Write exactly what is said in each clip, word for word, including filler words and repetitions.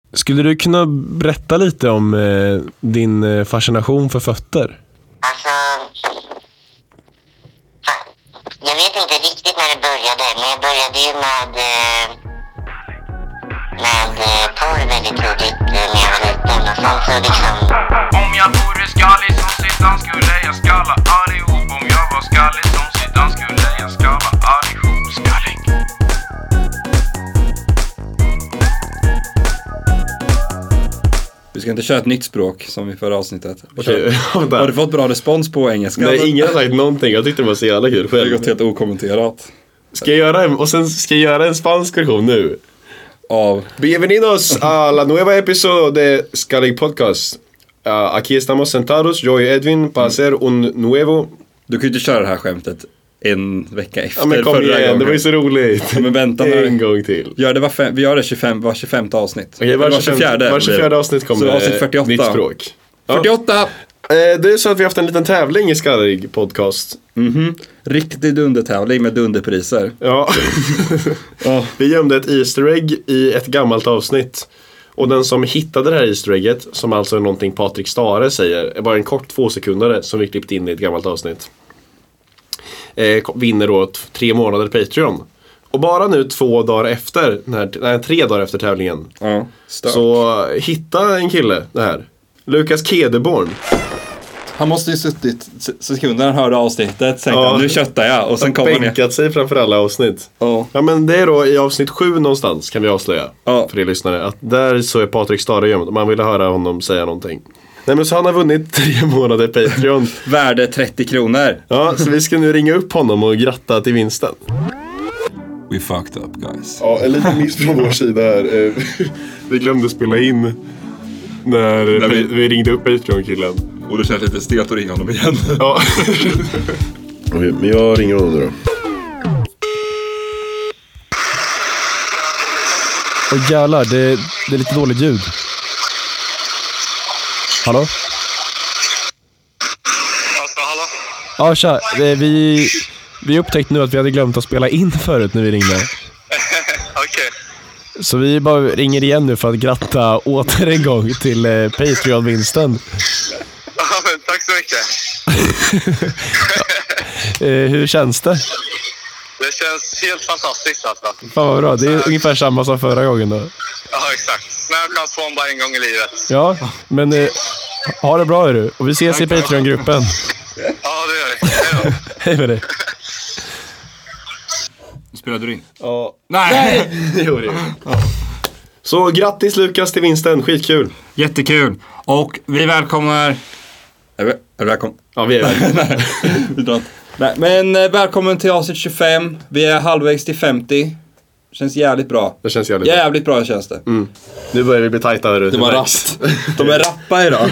Skulle du kunna berätta lite om eh, din eh, fascination för fötter? Alltså, jag vet inte riktigt när det började, men jag började ju med, med porr väldigt tidigt när jag var liten. Och sen så liksom... Om jag vore skallig som Zidane skulle jag skalla allihop. Om jag var skallig som Zidane skulle jag skalla allihop. Skallig. Vi ska inte köra ett nytt språk som i förra avsnittet. Okay. Har du fått bra respons på engelska? Nej, ingen har sagt någonting. Jag tyckte det var så jävla kul själv. Det har gått helt okommenterat. Ska jag göra en, och sen ska jag göra en spansk version nu? Av Bienvenidos a la nueva episodio de Skallig Podcast. Uh, aquí estamos sentados, yo y Edvin, para hacer un nuevo... Du kan ju inte köra det här skämtet en vecka efter. Ja, men kom förra igen, gången. det var ju så roligt. Ja, men vänta nu. En gång till. Gör det var fem, vi gör det tjugofem, var tjugofemte avsnitt. Okej, var, var tjugofjärde. var tjugofjärde avsnitt kommer så avsnitt fyrtioåtta. Nytt språk. Ja. fyrtioåtta! Eh, det är så att vi har haft en liten tävling i Skallig Podcast. Mhm. Riktig dundertävling med dunderpriser. Ja. Ja. Vi gömde ett Easter egg i ett gammalt avsnitt. Och den som hittade det här Easter egget, som alltså är någonting Patrik Stare säger, är bara en kort två sekunder som vi klippt in i ett gammalt avsnitt. Eh, vinner då t- tre månader Patreon. Och bara nu två dagar efter, den här, nej, tre dagar efter tävlingen, Ja, stört. så hitta en kille det här. Lukas Kedeborn. Han måste ju suttit s- sekunder han hörde avsnittet. Sen Ja. nu köttar jag. Och sen Han kommer han ner. bänkat sig framför alla avsnitt. Ja. Ja, men det är då i avsnitt sju någonstans, kan vi avslöja. Ja. För er lyssnare, att där så är Patrik Stare gömd. Om man vill höra honom säga någonting. Nej, men så han har vunnit tre månader Patreon. Värde trettio kronor. Ja, så vi ska nu ringa upp honom och gratta till vinsten. We fucked up guys. Ja, en liten miss från vår sida här. Eh, Vi glömde spela in när vi, vi ringde upp Patreon-killen. Och det känns lite stelt att ringa honom igen. Ja. Okej, men jag ringer honom nu då. Åh jävlar, det, det är lite dåligt ljud. Hallå? Alltså, hallå? Ja, tja. Eh, Vi, vi upptäckte nu att vi hade glömt att spela in förut när vi ringde. Okej. Så vi bara ringer igen nu för att gratta åter en gång till eh, Patreon-vinsten. Ja, men tack så mycket. Eh, hur känns det? Det känns helt fantastiskt alltså. Fan vad bra, det är ungefär samma som förra gången då. Ja, exakt. Snö kan få bara en gång i livet. Ja, men eh, ha det bra är du. Och vi ses i Patreon-gruppen. Ja, det gör vi. Hej då. Hej med dig. Spelade du in? Ja. Nej! Det gjorde det. Så grattis Lukas till vinsten, skitkul. Jättekul. Och vi välkomnar... Är vi, är vi välkomna? Ja, vi är där. Vi drar inte. Nej, men eh, välkommen till avsnitt tjugofem. Vi är halvvägs till femtio. Känns jävligt bra. Det känns jävligt bra. Jävligt bra känns det. Mm. Nu börjar vi bli tajta här ute. Det var rappt. De är rappa idag.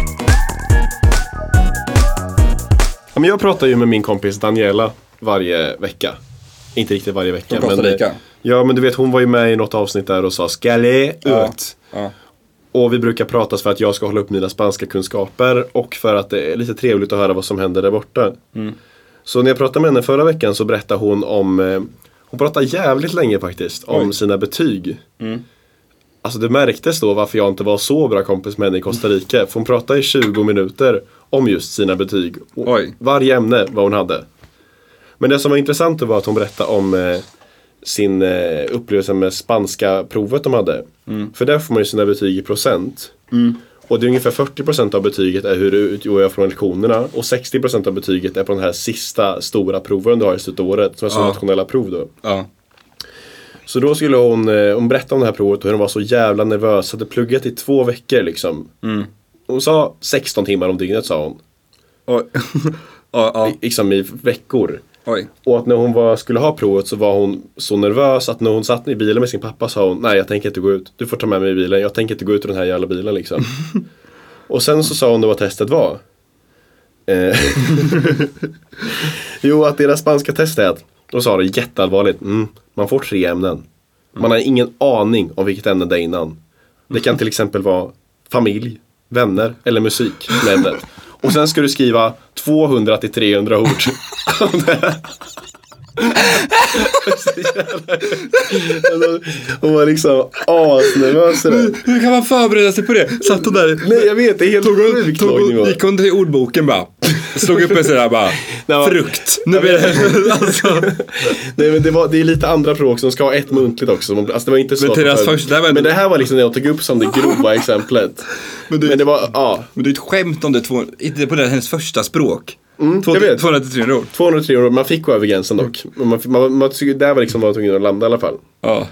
Ja, men jag pratar ju med min kompis Daniela varje vecka. Inte riktigt varje vecka. Från Costa men, Rica. ja, men du vet, hon var ju med i något avsnitt där och sa Skallig Ja. ut. Ja. Och vi brukar pratas för att jag ska hålla upp mina spanska kunskaper och för att det är lite trevligt att höra vad som händer där borta. Mm. Så när jag pratade med henne förra veckan så berättade hon om... Eh, hon pratade jävligt länge faktiskt om Oj. sina betyg. Mm. Alltså det märktes då varför jag inte var så bra kompis med henne i Costa Rica. För hon pratade i tjugo minuter om just sina betyg. Och Oj. varje ämne vad hon hade. Men det som var intressant var att hon berättade om eh, sin eh, upplevelse med spanska provet de hade. Mm. För där får man ju sina betyg i procent. Mm. Och det är ungefär fyrtio procent av betyget är hur du utgör från lektionerna. Och sextio procent av betyget är på den här sista stora proven du har i slutet av året. Som är så Ja. nationella prov då. Ja. Så då skulle hon, eh, hon berätta om det här provet och hur hon var så jävla nervös. Hade pluggat i två veckor liksom. Mm. Hon sa sexton timmar om dygnet sa hon. Oj. Ja, ja. I, liksom i veckor. Oj. Och att när hon var, skulle ha provet så var hon så nervös att när hon satt i bilen med sin pappa sa hon: nej, jag tänker inte gå ut. Du får ta med mig i bilen. Jag tänker inte gå ut ur den här jävla bilen liksom. Och sen så sa hon då vad testet var. Eh, jo, att deras spanska test är att, då sa det jätteallvarligt. Mm, man får tre ämnen. Man har ingen aning om vilket ämne det är innan. Det kan till exempel vara familj, vänner eller musik som ämnet. Och sen ska du skriva tvåhundra till trehundra ord. Hon var liksom asnervös där. Hur kan man förbereda sig på det? Satt hon där. Nej, jag vet, det är helt sjukt låg nivå. Gick hon till ordboken bara. Slog upp en sån där bara. Nej, frukt. Nu blir det alltså. Nej, men det, var, det är lite andra prov som ska ha ett muntligt också. Alltså det var inte så. Men, det första, det men det här var liksom det jag tog upp som det grova exemplet. Men det, men det var, ja. Men det är ett skämt om det två, inte på det hennes första språk. Mm, jag vet. tvåhundratre ord. tvåhundratre ord. Man fick gå över gränsen dock. Men man, man, man, det var liksom var tvungen att landa i alla fall. Ja.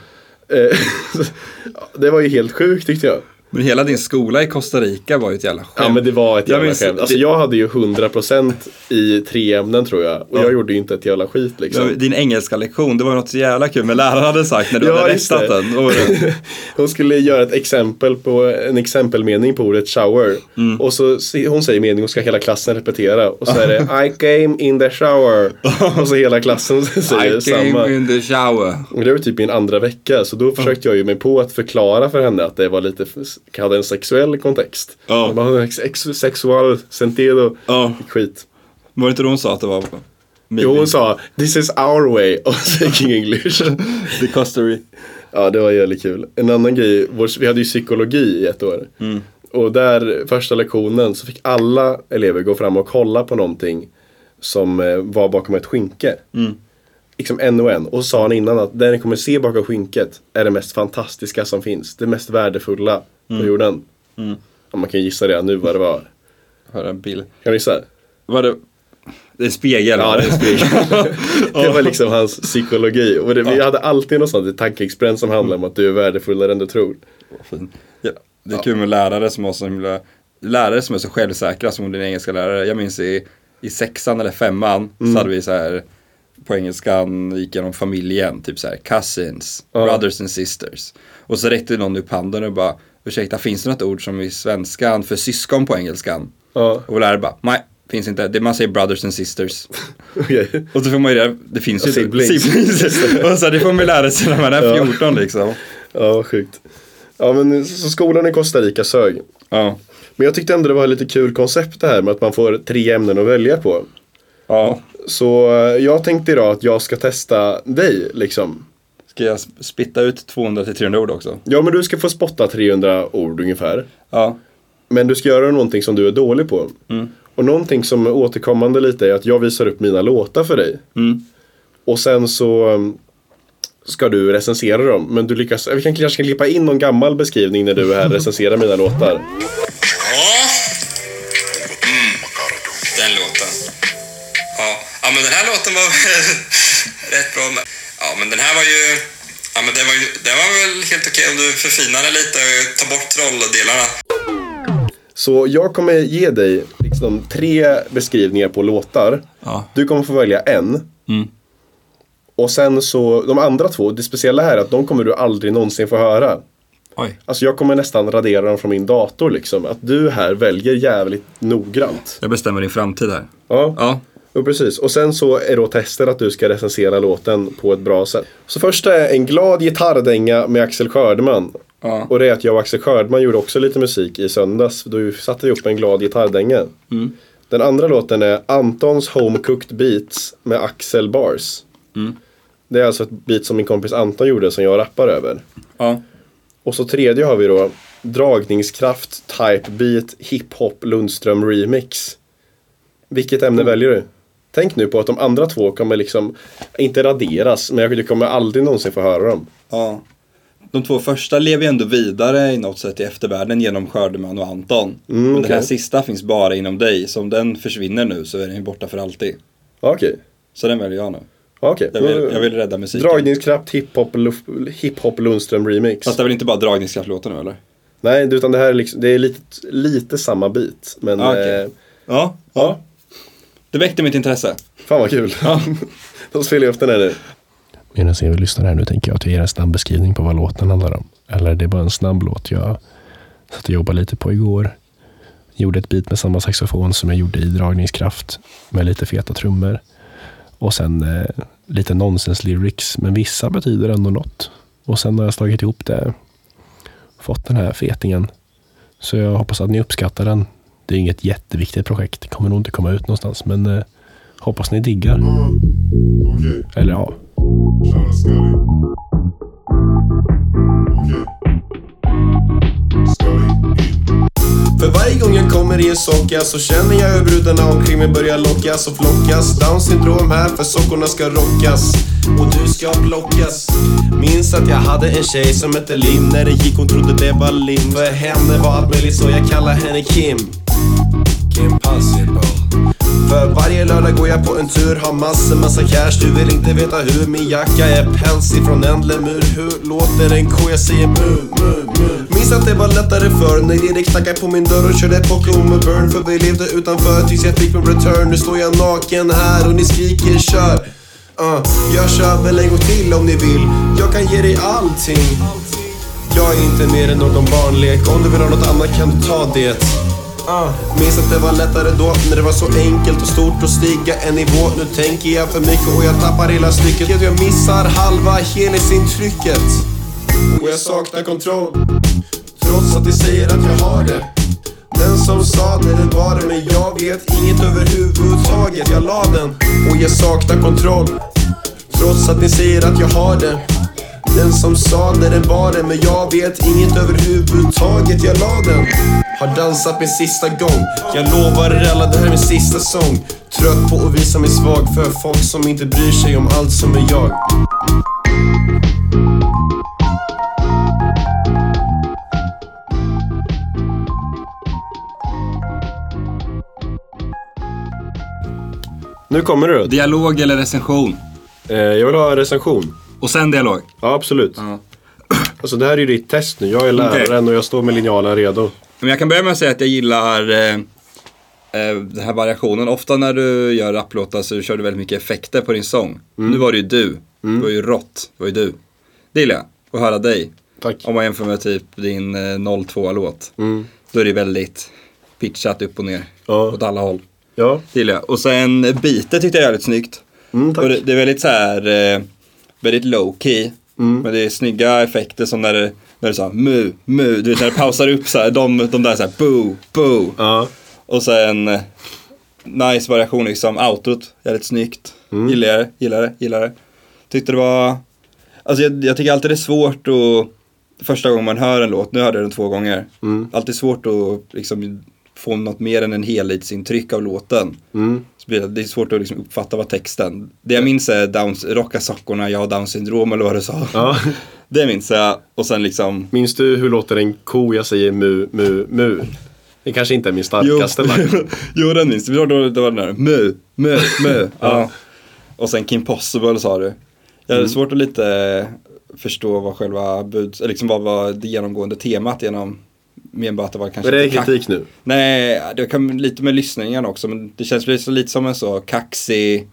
Det var ju helt sjukt tyckte jag. Men hela din skola i Costa Rica var ju ett jävla skämt. Ja, men det var ett jävla jag skämt. Alltså jag hade ju hundra procent i tre ämnen tror jag. Och ja. Jag gjorde ju inte ett jävla skit liksom. Ja, din engelska lektion, det var något så jävla kul. Men läraren hade sagt när du ja, hade rättat den. Hon skulle göra ett exempel på en exempelmening på ordet shower. Mm. Och så hon säger mening och ska hela klassen repetera. Och så är det I came in the shower. Och så hela klassen säger I samma. I came in the shower. Och det var typ i en andra vecka. Så då försökte jag ju mig på att förklara för henne att det var lite... hade en sexuell kontext. Ja. Man hade ex- sexual sentido. Ja. Skit. Var det inte hon sa att det var? Maybe. Jo, hon sa this is our way of speaking English. The Costa Rica. Ja, det var jävligt kul. En annan grej, vi hade ju psykologi i ett år. Mm. Och där, första lektionen, så fick alla elever gå fram och kolla på någonting som var bakom ett skynke. Mm. Liksom en och en. Och så sa han innan att det ni kommer se bakom skynket är det mest fantastiska som finns. Det mest värdefulla på mm. jorden. Mm. Och man kan gissa det nu vad det var. Hör en bild. Kan du gissa? Var det... Det är spegel. Ja, det är spegel. Det var liksom hans psykologi. Och det, vi hade alltid något sånt tankeexperiment som handlar om att du är värdefullare än du tror. Fin. Ja, det är ja. Kul med lärare som har så himla... Lärare som är så självsäkra som din engelska lärare. Jag minns i, i sexan eller femman mm. så hade vi så här... På engelskan gick genom familjen. Typ så här, cousins, ja. Brothers and sisters. Och så räckte någon upp handen och bara... Ursäkta, finns det något ord som i svenskan för syskon på engelskan? Ja. Och lärare bara, nej, finns inte. Det man säger brothers and sisters. Okay. Och så får man ju det, det finns ju siblings. siblings. Och så det får man lära sig när man är fjorton liksom. Ja, sjukt. Ja, men så skolan i Costa Rica sög. Ja. Men jag tyckte ändå det var ett lite kul koncept det här med att man får tre ämnen att välja på. Ja. Så jag tänkte idag att jag ska testa dig liksom. Ska jag spitta ut tvåhundra till trehundra ord också? Ja, men du ska få spotta trehundra ord ungefär. Ja. Men du ska göra någonting som du är dålig på. Mm. Och någonting som är återkommande lite är att jag visar upp mina låtar för dig. Mm. Och sen så ska du recensera dem. Men du lyckas, vi kan kanske klippa in någon gammal beskrivning när du är här och recenserar mina låtar. Ja. Mm. Den låten. Ja. Ja, men den här låten var rätt bra. Ja, men den här var ju... Ja, men det var, ju, det var väl helt okej om du förfinar det lite och tar bort trolldelarna. Så jag kommer ge dig liksom tre beskrivningar på låtar. Ja. Du kommer få välja en. Mm. Och sen så, de andra två, det speciella här är att de kommer du aldrig någonsin få höra. Oj. Alltså jag kommer nästan radera dem från min dator liksom. Att du här väljer jävligt noggrant. Jag bestämmer din framtid här. Ja. Ja. Och precis. Och sen så är då testen att du ska recensera låten på ett bra sätt. Så första är en glad gitarrdänga med Axel Skördman. Ja. Och det är att jag och Axel Skördman gjorde också lite musik i söndags. Då satte vi upp en glad gitarrdänga. Mm. Den andra låten är Antons Home Cooked Beats med Axel Bars. Mm. Det är alltså ett beat som min kompis Anton gjorde som jag rappar över. Ja. Och så tredje har vi då Dragningskraft Type Beat Hip-Hop Lundström Remix. Vilket ämne mm. väljer du? Tänk nu på att de andra två kommer liksom inte raderas, men du kommer aldrig någonsin få höra dem. Ja. De två första lever ju ändå vidare i något sätt i eftervärlden genom Skördeman och Anton. Mm, men okay. Den här sista finns bara inom dig. Så om den försvinner nu så är den ju borta för alltid. Okej. Okay. Så den väljer jag nu. Okay. Jag, vill, jag vill rädda musiken. Dragningskraft Hip-Hop Hip-Hop Lundström Remix. Fast det är väl inte bara dragningskraft-låten nu, eller? Nej, utan det här är, liksom, det är lite, lite samma bit. Men, ah, okay. eh, ja, ja. Det väckte mitt intresse. Fan vad kul. Ja. Då spelar jag upp den här nu. Medan jag lyssnar här nu tänker jag att jag ger en snabb beskrivning på vad låten handlar om. Eller det är bara en snabb låt jag satt och jobbade lite på igår. Gjorde ett beat med samma saxofon som jag gjorde i Dragningskraft. Med lite feta trummor. Och sen eh, lite nonsens lyrics. Men vissa betyder ändå något. Och sen har jag slagit ihop det. Fått den här fetingen. Så jag hoppas att ni uppskattar den. Det är inget jätteviktigt projekt. Det kommer nog inte komma ut någonstans. Men eh, Hoppas ni diggar. Okej. Eller ja. Köra Scully. Okej. Scully in. För varje gång jag kommer i en socka så känner jag hur brudarna omkring mig börjar lockas och flockas. Down syndrom här för sockorna ska rockas och du ska plockas. Minns att jag hade en tjej som hette Lim. När det gick hon trodde det var lim. För henne var allt möjligt så jag kallar henne Kim. Kim Possible. För varje lördag går jag på en tur, har massor, massa cash. Du vill inte veta hur min jacka är pälsig från en lemur. Hur låter en ko? Jag säger mu, mu, mu. Minns att det var lättare förr när Erik knackade på min dörr och körde Pokémon med Burn. För vi levde utanför tills jag fick min return. Nu står jag naken här och ni skriker kör. uh, Jag kör väl en gång till om ni vill. Jag kan ge dig allting. Jag är inte mer än någon barnlek. Om du vill ha något annat kan du ta det. Uh, minns att det var lättare då när det var så enkelt och stort att stiga en nivå. Nu tänker jag för mycket och jag tappar hela stycket. Jag missar halva helhetsintrycket och jag saknar kontroll. Trots att de säger att jag har det. Den som sa det, det var det. Men jag vet inget överhuvudtaget. Jag la den och jag saknar kontroll. Trots att ni säger att jag har det. Den som sa det, det var det. Men jag vet inget överhuvudtaget. Jag la den. Har dansat min sista gång. Jag lovar er alla, det här är min sista sång. Trött på att visa mig svag för folk som inte bryr sig om allt som är jag. Nu kommer det då. Dialog eller recension? Eh, jag vill ha en recension. Och sen dialog? Ja, absolut. Ja. Alltså det här är ju ditt test nu. Jag är läraren okay. Och jag står med linjalen redo. Men jag kan börja med att säga att jag gillar eh, eh, den här variationen. Ofta när du gör rapplåtar så kör du väldigt mycket effekter på din sång. Mm. Nu var det ju du. Mm. Det var ju rått. Det var ju du. Det gillar jag. Att höra dig. Tack. Om man jämför med typ din eh, noll två-låt. Mm. Då är det väldigt pitchat upp och ner. Ja. Åt alla håll. Ja. Det gillar jag. Och sen beatet tyckte jag är väldigt snyggt. Mm, tack. Och det, det är väldigt så här... Eh, väldigt low key. Mm. Men det är snygga effekter som när det, när det så här, mu, mu. Du vet när det pausar upp så här, de, de där så här, boo, boo. Ja. Och sen eh, nice variation liksom, outrot, jävligt snyggt. Mm. Gillar det, gillar det, gillar det. Tyckte det var, alltså jag, jag tycker alltid det är svårt att, första gången man hör en låt, nu hörde jag den två gånger. Mm. Alltid svårt att liksom få något mer än en helhetsintryck av låten. Mm. Så blir det, det är svårt att liksom uppfatta vad texten. Det jag minns är Downs, rocka sockorna, jag har Downs syndrom eller vad du sa. Ja. Det minns jag. Och sen liksom... Minns du hur låter en ko? Jag säger mu, mu, mu. Det kanske inte är min starkaste. Jo, jo den minns du. Då, då, då var den där mu, mu, mu. Ja. Och sen Kim Possible sa du. Jag hade mm. svårt att lite förstå vad själva bud, liksom vad var det genomgående temat genom... Mer bara att det var kanske... Men det är kritik nu? Nej, det kan lite med lyssningen också. Men det känns lite som en så kaxig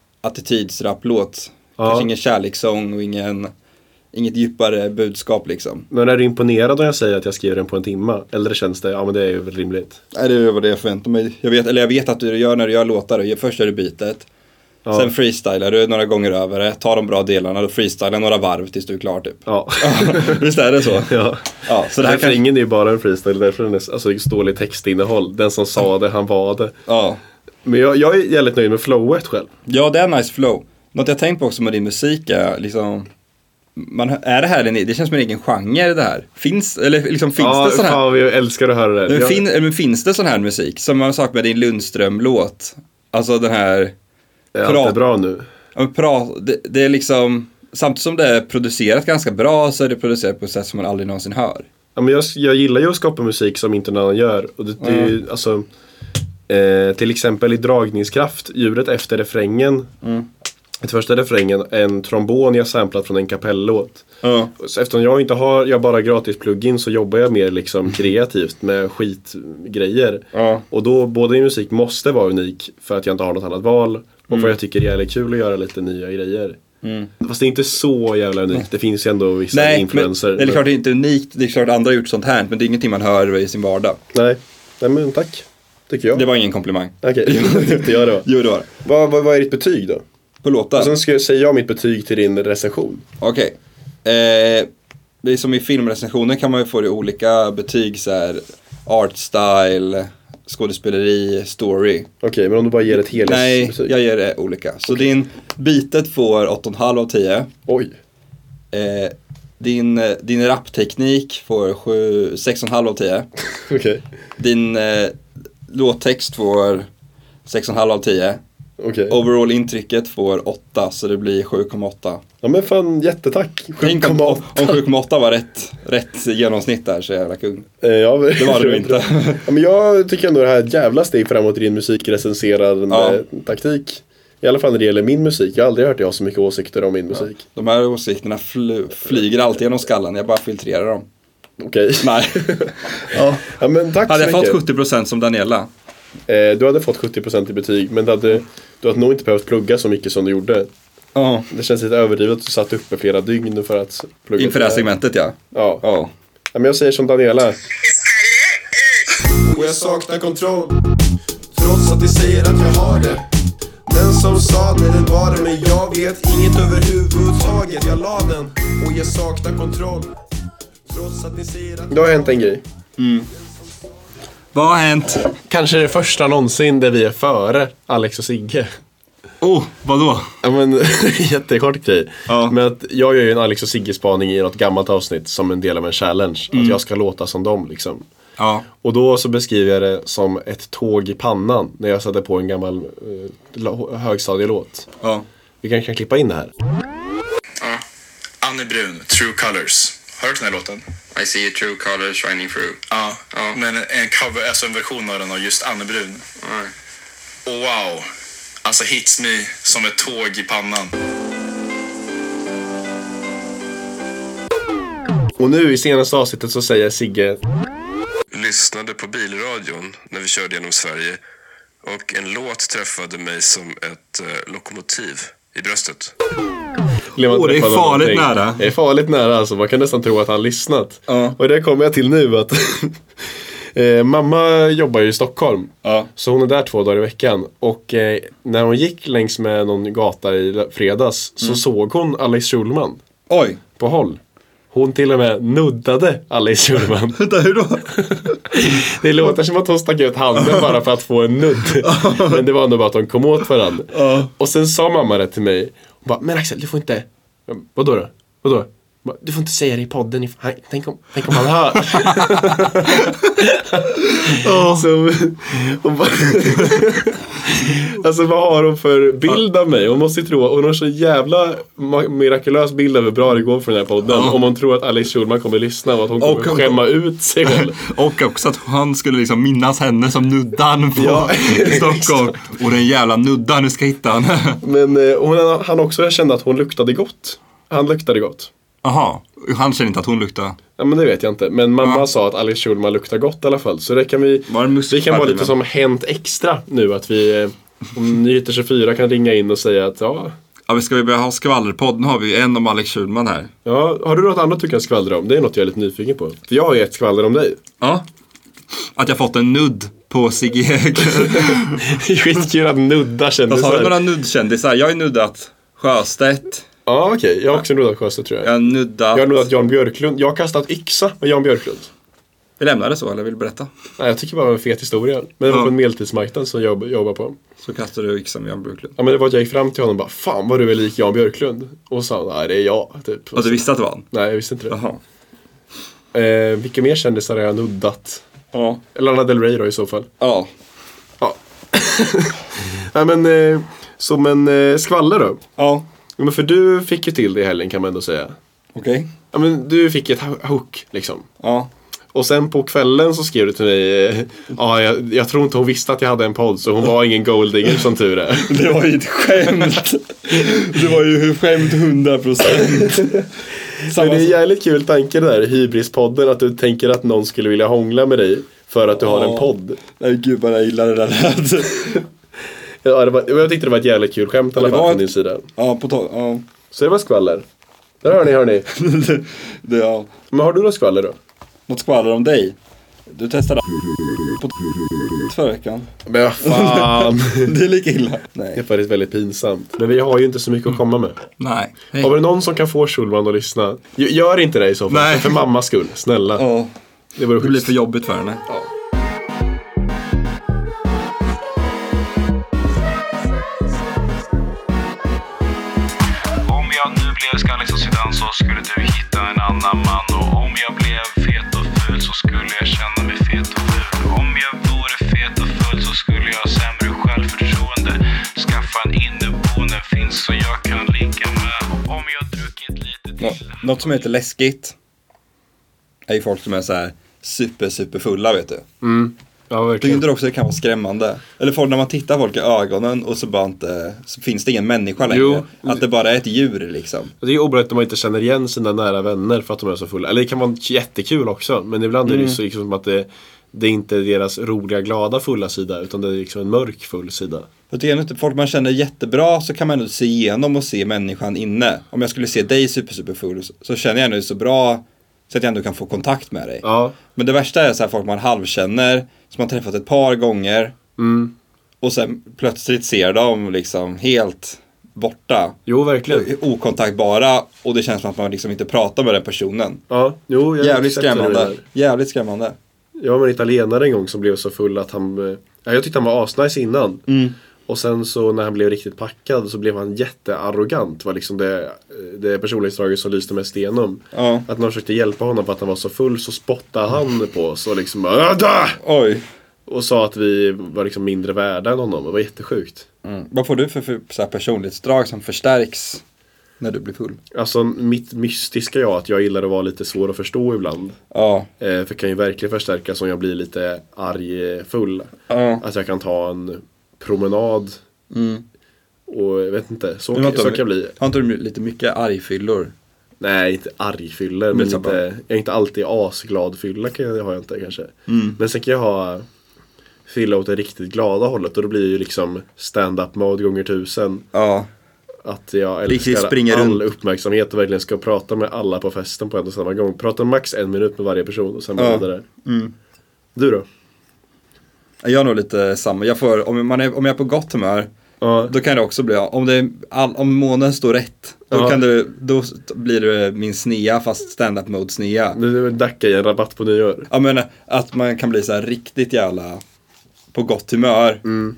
attitydsrapplåt. Ja. Kanske ingen kärlekssång och ingen, inget djupare budskap liksom. Men är du imponerad om jag säger att jag skriver den på en timma? Eller känns det, ja men det är ju väl rimligt. Nej, det var det jag förväntade mig. Jag vet, eller jag vet att du gör när du gör låtar. Först är det bitet. Ja. Sen freestylar du några gånger över det. Tar de bra delarna och freestylar några varv tills du är klar typ. Ja. Visst är det så? Ja. Ja, så det här kan ingen är ju bara en freestyle. Därför är det alltså, dålig textinnehåll. Den som sa det, han var det. Ja. Men jag, jag är jävligt nöjd med flowet själv. Ja, det är nice flow. Något jag tänkt på också med din musik är liksom... Man, är det här en, det känns som en egen genre det här. Finns, eller liksom finns ja, det sån här? Ja, jag älskar att höra det. Men, jag... fin, men finns det sån här musik? Som man sagt med din Lundström-låt. Alltså den här... Är allt är bra nu? Ja, pra, det, det är liksom... Samtidigt som det är producerat ganska bra så är det producerat på ett sätt som man aldrig någonsin hör. Ja, men jag, jag gillar ju att skapa musik som inte någon annan gör. Och det, det är ju, alltså... Eh, till exempel i dragningskraft, ljudet efter refrängen. Mm. Ett första refrängen, en trombon jag samplat från en kapellåt. Mm. Så eftersom jag inte har, jag bara gratis plugin så jobbar jag mer liksom kreativt med skitgrejer. Mm. Och då, både i musik måste vara unik för att jag inte har något annat val. Och mm. för jag tycker det är jävligt kul att göra lite nya grejer. Mm. Fast det är inte så jävla unikt. Det finns ju ändå vissa Nej, influenser. Men, det är klart det är inte unikt. Det är klart andra har gjort sånt här. Men det är ingenting man hör i sin vardag. Nej, Nej men tack. Tycker jag. Det var ingen komplimang. Okej, okay. Det tyckte jag då. Jo, det var. Vad, vad, vad är ditt betyg då? På låtar? Och sen ska jag säga mitt betyg till din recension. Okej. Okay. Eh, det är som i filmrecensioner kan man ju få det olika betyg så här, art style, skådespeleri, story. Okej, men om du bara ger ett Nej, helhetsbetyg. jag ger det olika. Så din bitet får åtta komma fem av tio. Oj. Eh, din, eh, din rapteknik får sju, sex komma fem av tio. Okej. Din eh, låttext får sex komma fem av tio. Okej. Overall intrycket får åtta, så det blir sju komma åtta. Ja men fan, jättetack. Tänk om, sju komma om åtta. sju komma åtta var rätt, rätt genomsnitt där, så jävla kung. Eh, ja, men- Det var det inte. Ja, men jag tycker ändå det här är ett jävla steg framåt i din musikrecenserande Ja. taktik. I alla fall när det gäller min musik. Jag har aldrig hört jag har så mycket åsikter om min musik. De här åsikterna fly, flyger alltid genom skallen, jag bara filtrerar dem. Okej. Nej. Ja. Ja men tack Hade så jag fått mycket. sjuttio procent som Daniela? Eh, du hade fått sjuttio procent i betyg. Men du hade, du hade nog inte behövt plugga så mycket som du gjorde. Ja. Det känns lite överdrivet att du satt uppe flera dygn för att plugga. Inför det här segmentet, ja. Ja. Ja. Ja, men jag säger som Daniela. Och jag saknar kontroll, trots att de säger att jag har det. Den som sa det, det var det. Men jag vet inget överhuvudtaget. Jag la den och jag saknar kontroll, trots att de säger att... Det har hänt en grej. Vad har hänt? Kanske det första någonsin där vi är före Alex och Sigge. Oh, vadå? Ja men, jättekort grej. Ja. Men att jag gör ju en Alex och Sigge-spaning i något gammalt avsnitt som en del av en challenge. Att jag ska låta som dem liksom. Ja. Och då så beskriver jag det som ett tåg i pannan när jag satte på en gammal eh, högstadielåt. Ja. Vi kan, kan klippa in det här. Ja. Anne Brun, True Colors. Har du hört den här låten? I see your true colors shining through. Ja, Ja. men en cover, alltså en version av den av just Anne Brun. Ja. Och wow, alltså hits me som ett tåg i pannan. Och nu i senaste avsnittet så säger Sigge: lyssnade på bilradion när vi körde genom Sverige och en låt träffade mig som ett eh, lokomotiv i bröstet. Åh, det är farligt nära. Det är farligt nära alltså, man kan nästan tro att han lyssnat. Ja. Och det kommer jag till nu att eh, mamma jobbar ju i Stockholm. Ja. Så hon är där två dagar i veckan. Och eh, när hon gick längs med någon gata i fredags så såg hon Alex Schulman Oj. på håll. Hon till och med nuddade Alex Schulman. Vänta, hur då? Det låter som att hon stack ut handen bara för att få en nudd. Men det var ändå bara att de kom åt varandra. Ja. Och sen sa mamma det till mig. Hon bara, men Axel, du får inte... Vadå då? Vadå? Bara, du får inte säga det i podden. Han, tänk, om, tänk om han hör. Så, hon bara, alltså vad har hon för bild av mig? Hon måste ju tro, hon har så jävla mirakulös bild av hur bra det går för den här podden. Ja. Om hon tror att Alex Schulman kommer lyssna och att hon kommer Och- skämma ut sig själv. Och också att han skulle liksom minnas henne som nuddan på Ja, Stockholm. Och den jävla nuddan, nu ska hitta han. Men eh, hon, han också kände att hon luktade gott. Han luktade gott. Jaha, han känner inte att hon luktar. Ja men det vet jag inte. Men mamma Ja. sa att Alex Schulman luktar gott i alla fall. Så det kan vi, Var det muskparti vi kan vara lite med? som Hänt Extra nu. Att vi, eh, om Nyheter tjugofyra kan ringa in och säga att ja, Ja, vi ska vi börja ha skvallerpodd. Nu har vi en om Alex Schulman här. ja, har du något annat du kan skvallra om? Det är något jag är lite nyfiken på. För jag har ju ett skvaller om dig. Ja. Att jag fått en nudd på Sigge Höger. Det är skitkul att nudda Fast har du kändisar. några nuddkändisar? Jag har ju nuddat Sjöstedt. Ja okej, jag har också nuddat Sjöstedt tror jag. Jag har nuddat... Jag har nuddat Jan Björklund. Jag har kastat yxa med Jan Björklund. Vi lämnar det så, eller vill du berätta? Nej, jag tycker bara det var en fet historia. Men det var Ja. på en medeltidsmarknad som jag jobbar på. Så kastar du yxan med Jan Björklund. Ja men det var att jag gick fram till honom och bara, fan vad du är lik Jan Björklund. Och sa han, nej det är jag. Typ. Och du visste att det var han? Nej jag visste inte det. Jaha. Eh, vilka mer kändisar har jag nuddat? Ja. Eller Lana Del Rey då i så fall. Ja. Ja. Nej men, eh, som en eh, skvaller då. Ja. Ja, men för du fick ju till det i helgen kan man ändå säga. Okej. Ja men du fick ett ho- hook liksom. Ja. Och sen på kvällen så skrev du till mig, eh, ja jag, jag tror inte hon visste att jag hade en podd så hon var ingen golddigger som tur är. Det var ju ett skämt. Det var ju skämt hundra procent. Men det är en jävligt kul tanke det där, Hybris-podden, att du tänker att någon skulle vilja hångla med dig för att du har en podd. Nej gud vad jag gillar det där lät. Ja, det var, jag tyckte det var ett jävligt kul skämt i alla Det fall var från ett- din sida. Ja, på tal. Ja. Så det var skvaller. Där hör ni, hör ni. det, det, ja. Men har du något skvaller då? Något skvaller om dig. Du testade på förra veckan. Men vad fan. Det är lika illa. Det är Nej. faktiskt väldigt pinsamt. Men vi har ju inte så mycket att komma med. Nej. Har vi någon som kan få Schulman att lyssna? G- Gör inte det i så fall. Nej. För mammas skull, snälla. Ja. Det vore Det blir schysst. för jobbigt för henne. man så skulle du hitta en annan man. Och om jag blev fet och ful så skulle jag känna mig fet och ful. Om jag vore fet och full så skulle jag ha sämre självförtroende. Skaffa en inneboende finns så jag kan ligga med. Och om jag druckit lite till. Nå- något som heter läskigt är ju folk som är så här super super fulla, vet du. Mm. Ja, Tycker verkligen. inte du också det kan vara skrämmande? Eller folk när man tittar folk i ögonen och så bara inte, så finns det ingen människa längre. Jo. Att det bara är ett djur liksom. Det är ju obehagligt när man inte känner igen sina nära vänner för att de är så fulla. Eller det kan vara jättekul också. Men ibland är det ju så liksom som att det, det är inte deras roliga, glada fulla sida. Utan det är liksom en mörk full sida. Jag tycker inte, folk man känner jättebra så kan man ändå se igenom och se människan inne. Om jag skulle se dig super super full så, så känner jag ändå så bra så att jag ändå kan få kontakt med dig. Ja. Men det värsta är så här folk man halvkänner som man träffat ett par gånger Mm. och sen plötsligt ser de liksom helt borta. Jo, verkligen. Okontaktbara och det känns som att man liksom inte pratar med den personen. Ja, jo, jag Jävligt accepterar det skrämmande. där. Jävligt skrämmande. Jag var en italienare en gång som blev så full att han... eh, Ja, jag tyckte han var asnice innan. Mm. Och sen så när han blev riktigt packad så blev han jättearrogant. Var liksom det, det personlighetsdraget som lyste mest igenom. Ja. Att när de försökte hjälpa honom för att han var så full så spottade han på oss och liksom bara, "Dö!" Oj. Och sa att vi var liksom mindre värda än honom. Det var jättesjukt. Mm. Vad får du för, för så här personlighetsdrag som förstärks när du blir full? Alltså mitt mystiska jag att jag gillar att vara lite svår att förstå ibland. Ja. Eh, för kan ju verkligen förstärkas om jag blir lite arg full. Ja. Att jag kan ta en promenad. Mm. Och jag vet inte, så, Men har inte så de- kan jag bli. Har inte du lite mycket argfyllor? Nej, inte argfyller. Men Men inte, så bara- jag är inte alltid asglad fylla kan jag, har jag inte kanske. Mm. Men sen kan jag ha fylla åt det riktigt glada hållet. Och då blir det ju liksom stand-up mode gånger tusen. Ja. Att jag Riktigt älskar springer all runt. uppmärksamhet och verkligen ska prata med alla på festen på en och samma gång. Prata max en minut med varje person och sen bara Ja. vidare. Mm. Du då? Jag är nog lite samma. Jag får, om, man är, om jag är på gott humör, Ja. då kan det också bli, om, det, är all, om månen står rätt, då, Ja. kan det, då blir det min snea, fast stand-up mode snea. Nu är Dacka i en rabatt på nyår. Jag menar, att man kan bli så här riktigt jävla på gott humör. Mm.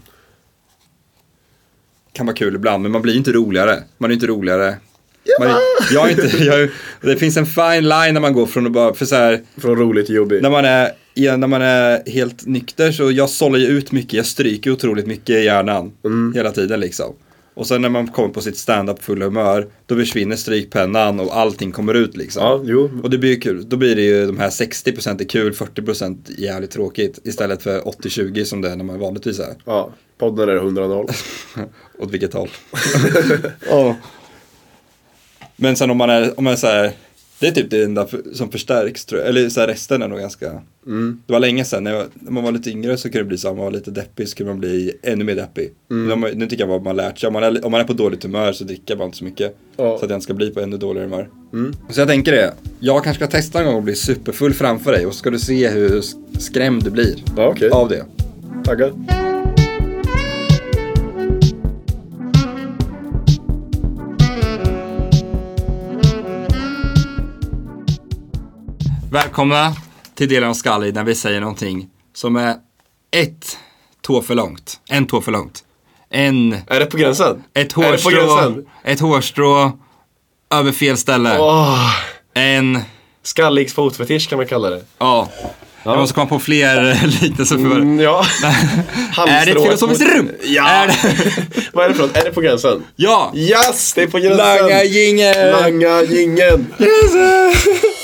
Kan vara kul ibland, men man blir inte roligare. Man är inte roligare. Man, jag är inte, jag, det finns en fine line när man går från att bara, för så här, Från roligt till jobbigt. när man är, ja, när man är helt nykter så jag sållar ju ut mycket, jag stryker otroligt mycket i hjärnan Mm. hela tiden liksom. Och sen när man kommer på sitt stand-up fulla humör, då försvinner strykpennan och allting kommer ut liksom. Ja, jo. Och det blir ju kul. Då blir det ju de här sextio procent är kul, fyrtio procent jävligt tråkigt. Istället för åttio tjugo som det är när man vanligtvis är. Ja, podden är hundra noll. Åt vilket håll. Ja. Men sen om man är, om man är så här, det är typ det enda för, som förstärks tror jag. Eller så här, resten är nog ganska. Mm. Det var länge sedan, när, jag, när man var lite yngre så kunde det bli så, om man var lite deppig så kunde man bli ännu mer deppig. Mm. Nu, nu tycker jag vad man lärt sig, om man, är, om man är på dåligt humör så dricker man inte så mycket. Ja. Så att jag inte ska bli på ännu dåligare humör. Mm. Så jag tänker det, jag kanske ska testa en gång och bli superfull framför dig och så ska du se hur sk- skrämd du blir Ja, okej. av det. Taggad. Välkomna till delen av Skallig när vi säger någonting som är ett tå för långt. En tå för långt. En, Är det på gränsen? ett Är det på hårstrå, gränsen? ett hårstrå över fel ställe. Åh, En, skallig fotfetisch kan man kalla det. ja. Jag måste komma på fler liknelser för. Mm, ja. Är det ett filosofiskt rum? Ja. Är det... Vad är det för något? Är det på gränsen? Ja! Yes, det är på gränsen. Langa jingel! Langa jingeln. Gränsen,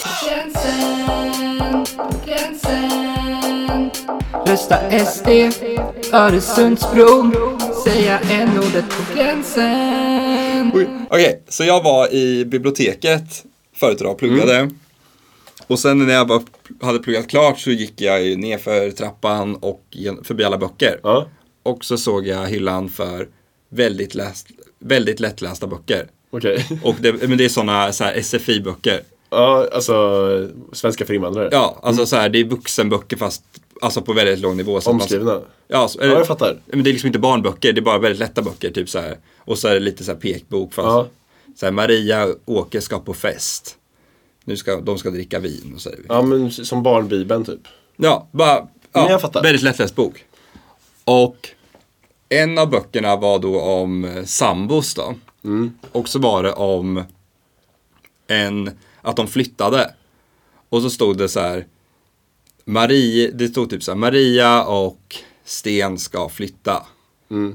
gränsen. Rösta S D, Öresundsbron. Säga n-ordet på gränsen. Okej, så jag var i biblioteket förut idag och pluggade. Mm. Och sen när jag bara hade pluggat klart så gick jag ju ner för trappan och gen- förbi alla böcker. Ja. Och så såg jag hyllan för väldigt, läst, väldigt lättlästa böcker. Okej. Och det, men det är sådana så här S F I-böcker. Ja, alltså svenska för invandrare. Ja, alltså så här, det är vuxenböcker fast alltså på väldigt låg nivå. Så att man- Omskrivna. Ja, så, Ja, jag fattar. Men det är liksom inte barnböcker, det är bara väldigt lätta böcker. Typ så här. Och så är det lite så här pekbok. Fast Ja. så här, Maria och Åke ska på fest. Nu ska, de ska dricka vin och så. Här. Ja, men som barnbibeln typ. Ja, bara Men ja, jag fattar. väldigt lättläst bok. Och en av böckerna var då om eh, sambos då. Mm. Och så var det om en, att de flyttade. Och så stod det så här, Marie, det stod typ så här, Maria och Sten ska flytta. Mm.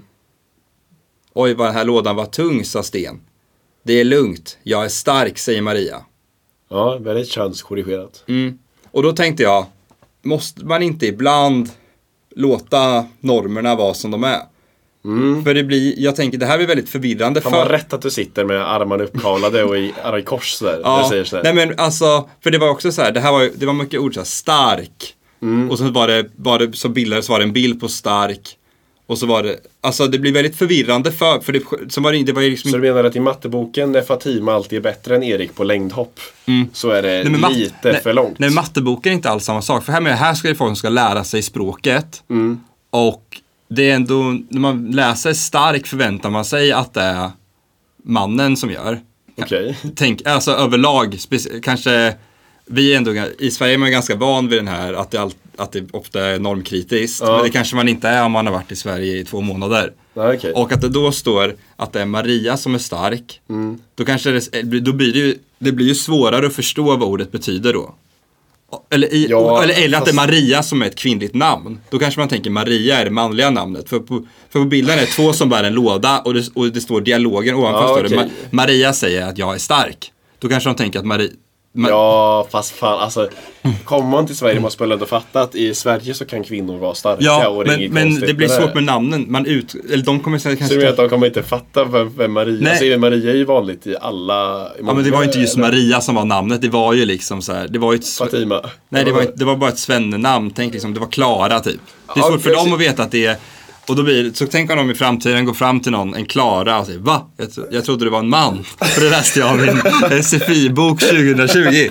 Oj, vad den här lådan var tung, sa Sten. Det är lugnt, jag är stark, säger Maria. Ja, väldigt könskorrigerat. Mm. Och då tänkte jag, måste man inte ibland låta normerna vara som de är? Mm. För det blir, jag tänker, det här är väldigt förvirrande. Fan för... vad rätt att du sitter med armarna uppkavlade och i, i kors sådär. Ja, Jag säger sådär. nej men alltså, för det var också så här, det här var, det var mycket ord så här, stark. Mm. Och så var det, var det, så bildades var det en bild på stark. Och så var det, alltså det blir väldigt förvirrande för, för det, så var det, det var ju liksom Så du menar att i matteboken när Fatima alltid är bättre än Erik på längdhopp, Mm. så är det Nej, men mat- lite nej, för långt? Nej, matteboken är inte alls samma sak. För här, med, här ska det folk som ska lära sig språket. Mm. Och det är ändå, när man läser stark förväntar man sig att det är mannen som gör. Okej. Tänk, alltså överlag, speci- kanske, vi är ändå, i Sverige är man ganska van vid den här, att det, all, att det ofta är normkritiskt. Ja. Men det kanske man inte är om man har varit i Sverige i två månader. Ja, okej. Och att det då står att det är Maria som är stark. Mm. Då kanske det, då blir det, ju, det blir ju svårare att förstå vad ordet betyder då. Eller, i, Ja, eller, eller att fast- det är Maria som är ett kvinnligt namn. Då kanske man tänker Maria är det manliga namnet. För på, för på bilden är det två som bär en låda och det, och det står dialogen ovanför. Ja, står det, okej. Ma- Maria säger att jag är stark. Då kanske de tänker att Maria... Ma- Ja, fast fan alltså. Kommer man till Sverige måste man ändå fatta att i Sverige så kan kvinnor vara starka. Ja, och det är men, inget men konstigt det blir med svårt med namnen. Man ut, eller de kommer säga Så kanske... du menar att de kommer inte fatta vem, vem Maria Nej. alltså, Maria är ju vanligt i alla... I Ja, men det var ju inte just eller- Maria som var namnet. Det var ju liksom så här, det var ju ett... Fatima. Nej, det var, inte- det var bara ett svennenamn. Tänk liksom, det var Klara typ. Det är Ja, svårt för okej, dem så- att veta att det är... Och då blir det, så tänker de i framtiden gå fram till någon, en Klara och säga, va? Jag, tro, jag trodde det var en man. För det läste jag i min S F I-bok tjugohundratjugo.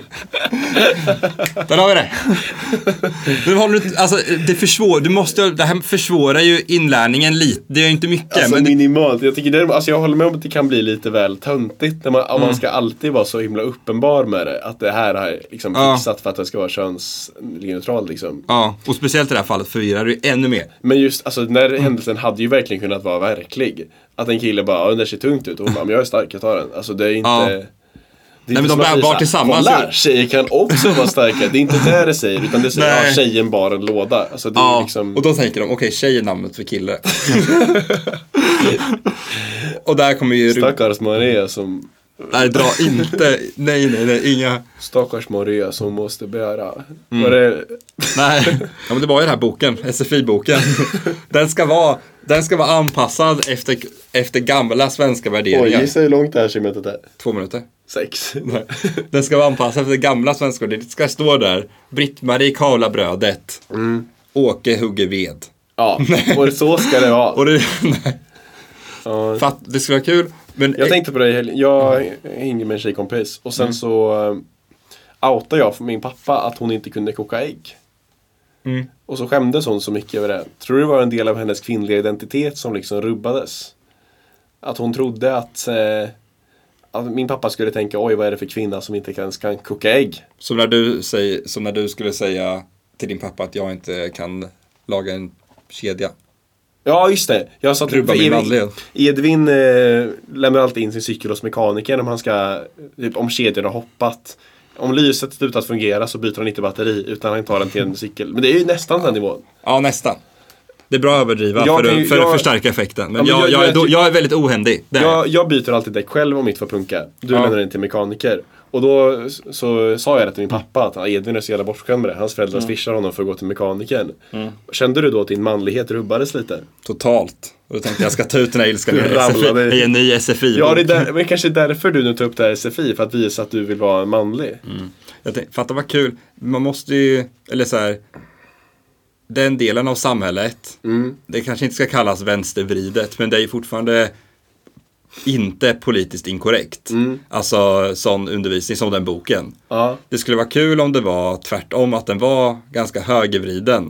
Där har vi det. Men håller du, alltså, det försvår, du måste, det här försvårar ju inlärningen lite. Det är ju inte mycket. Alltså men det, minimalt. Jag, tycker det, alltså jag håller med om att det kan bli lite väl töntigt när man, om Mm. man ska alltid vara så himla uppenbar med det. Att det här är liksom Ja. fixat för att det ska vara könsneutralt liksom. ja, och speciellt i det här fallet förvirrar det ju ännu mer. Men just, alltså den här händelsen hade ju verkligen kunnat vara verklig. Att en kille bara, ja, den ser tungt ut och hon bara, men jag är stark, jag tar den. Alltså det är inte... Ja. Det är Nej, inte men de som att bär vi bara säger, tillsammans. Kolla, tjejer kan också vara starka. Det är inte det det säger, utan det säger, Nej. ja, tjejen bar en låda. Alltså det är Ja, liksom... och då tänker de, okej, tjej är namnet för kille. Och där kommer ju... Stackars Maria som... Nej, dra inte. Nej, nej, nej, inga. Stackars Maria som måste bära. Mm. Var det... Nej, ja, men det var ju den här boken, S F I-boken. Den ska vara, den ska vara anpassad efter, efter gamla svenska värderingar. Oj, gissa hur långt det här segmentet är. Två minuter. Sex. Nej. Den ska vara anpassad efter gamla svenska värderingar. Det ska stå där. Britt-Marie kavlar brödet. Mm. Åke hugger ved. Ja, och så ska det vara. Och det, nej. Ja. Fatt, det skulle vara kul. Men Jag tänkte på det i helgen. Jag hängde med en tjejkompis. Och sen Mm. så uh, outade jag för min pappa att hon inte kunde koka ägg. Mm. Och så skämdes hon så mycket över det. Tror du det var en del av hennes kvinnliga identitet som liksom rubbades? Att hon trodde att, eh, att min pappa skulle tänka, oj vad är det för kvinna som inte ens kan koka ägg? Som när du, säger, som när du skulle säga till din pappa att jag inte kan laga en kedja. Ja, just det. Jag sa Rubba för min Edvin, manlighet. Edvin eh, lämnar alltid in sin cykel hos mekanikern om han ska, typ, om kedjan har hoppat. Om lyset slutar att fungera så byter han inte batteri utan han tar den till en cykel. Men det är ju nästan den nivån. Ja, nästan. Det är bra att överdriva Jag för, kan ju- att, för jag- att förstärka effekten. Men, Ja, men jag, jag- jag, är, jag- då, jag är väldigt ohändig. Det är jag. Jag, jag byter alltid däck själv om mitt får punka. Du Ja. lämnar den till mekaniker. Och då s- så sa jag det till min pappa att ah, Edvin är så jävla bortskämd med det. Hans föräldrar Mm. swishar honom för att gå till mekanikern. Kände du då att din manlighet rubbades lite? Totalt. Och då tänkte jag ska ta ut den här ilskan i Du S F I, ramlade i- i en ny S F I. Ja, det är där, men kanske därför du nu tar upp det här S F I. För att visa att du vill vara manlig. Jag tänkte, fatta vad kul. Man måste ju, eller så här, den delen av samhället, Mm. det kanske inte ska kallas vänstervridet, men det är ju fortfarande inte politiskt inkorrekt. Mm. Alltså sån undervisning som den boken. Ja. Det skulle vara kul om det var tvärtom, att den var ganska högervriden.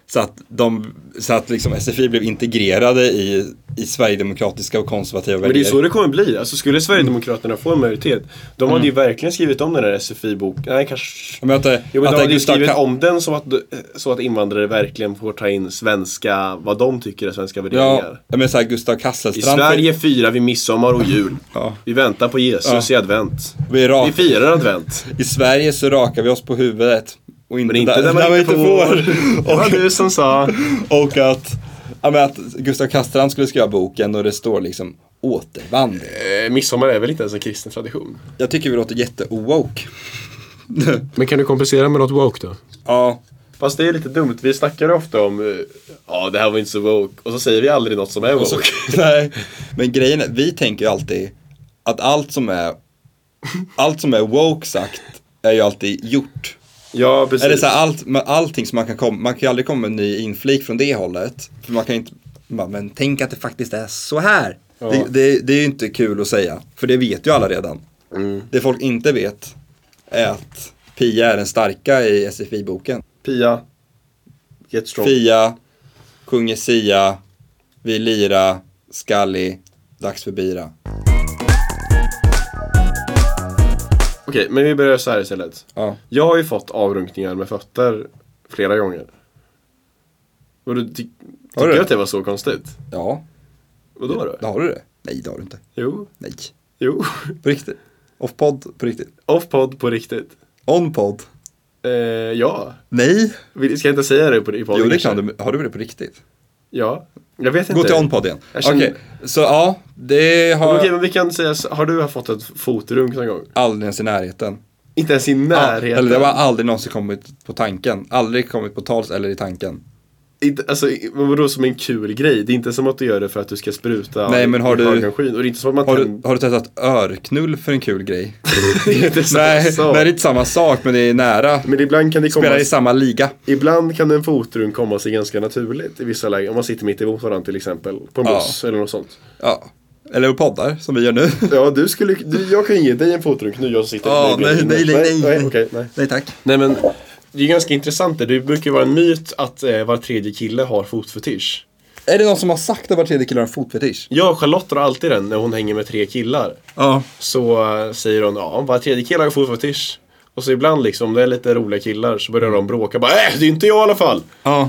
Så att, de, så att liksom S F I blev integrerade i, i sverigedemokratiska och konservativa värderingar. Men det är så det kommer bli. Alltså skulle Sverigedemokraterna mm. få en majoritet, de mm. hade ju verkligen skrivit om den där S F I-boken. Nej, kanske... Men att det, jo, men att de hade ju Gustav skrivit Ka- om den så att, så att invandrare verkligen får ta in svenska, vad de tycker är svenska värderingar. Ja, men så här Gustav Kasselstrand. I Sverige firar vi midsommar och jul. Ja. Vi väntar på Jesus ja. i advent. Vi, rak- vi firar advent. I Sverige så rakar vi oss på huvudet. Och inte, men inte där, där man, man inte får. får. Det var du som sa. Och att, ja, men att Gustav Kasselstrand skulle skriva boken och det står liksom återvandring. Eh, midsommar är väl inte ens en kristen tradition? Jag tycker vi låter jätte-woke. Men kan du kompensera med något woke då? Ja. Fast det är lite dumt. Vi snackar ofta om ja, det här var inte så woke. Och så säger vi aldrig något som är woke. Så, nej. Men grejen är, vi tänker ju alltid att allt som är allt som är woke sagt är ju alltid gjort. Ja, precis. Eller så här, allt, allting som man kan komma, man kan ju aldrig komma med en ny inflik från det hållet. För man kan inte, men tänk att det faktiskt är så här. Ja. Det, det, det är ju inte kul att säga. För det vet ju alla redan. Mm. Det folk inte vet är att Pia är den starka i S F I-boken. Pia, get strong. Fia, Kunge Sia, Vi lira, Skalli, dags för bira. Okej, men vi börjar så här istället. Ja. Jag har ju fått avrunkningar med fötter flera gånger. Och du ty- tycker du att det var så konstigt? Ja. Och då då? Då har du det? Nej, det har du inte. Jo. Nej. Jo. På riktigt. Off-podd på riktigt. Off-podd på riktigt. On-podd. Eh, ja. Nej. Ska jag inte säga det på, i podden? Jo, det kan du. Har du det på riktigt? Ja. Jag vet inte. Gå till on-podd igen. Känner... Okej, okay. Så ja, det har... Okej, okay, men vi kan säga, har du fått ett fotrunk någon gång? Aldrig ens i närheten. Inte ens i närheten? Ja, eller det var aldrig någonsin kommit på tanken. Aldrig kommit på tals eller i tanken. Inte, alltså, vadå som en kul grej? Det är inte som att du gör det för att du ska spruta. Nej, men har du, och det är inte som att man har, kan... du, har du testat örknull för en kul grej? Det är inte samma nej, sak. Nej, det är inte samma sak, men det är nära. Men ibland kan det komma... Spelar i samma liga. Ibland kan en fotrunk komma sig ganska naturligt i vissa lägen. Om man sitter mitt emot varandra till exempel. På en buss ja. eller något sånt. Ja. Eller poddar, som vi gör nu. Ja, du skulle... Du, jag kan ge dig en fotrunk nu, jag som sitter... Ja, nej, nej, nej, nej. Nej, nej, okay, nej. nej, tack. Nej, men... Det är ganska intressant. Det brukar ju vara en myt att eh, var tredje kille har fotfetisch. Är det någon som har sagt att var tredje kille har fotfetisch? Ja, Charlotte har alltid den när hon hänger med tre killar. Ja. Så äh, säger hon, ja, var tredje kille har fotfetisch. Och så ibland liksom, det är lite roliga killar, så börjar de bråka. Bara, äh, det är inte jag i alla fall. Ja.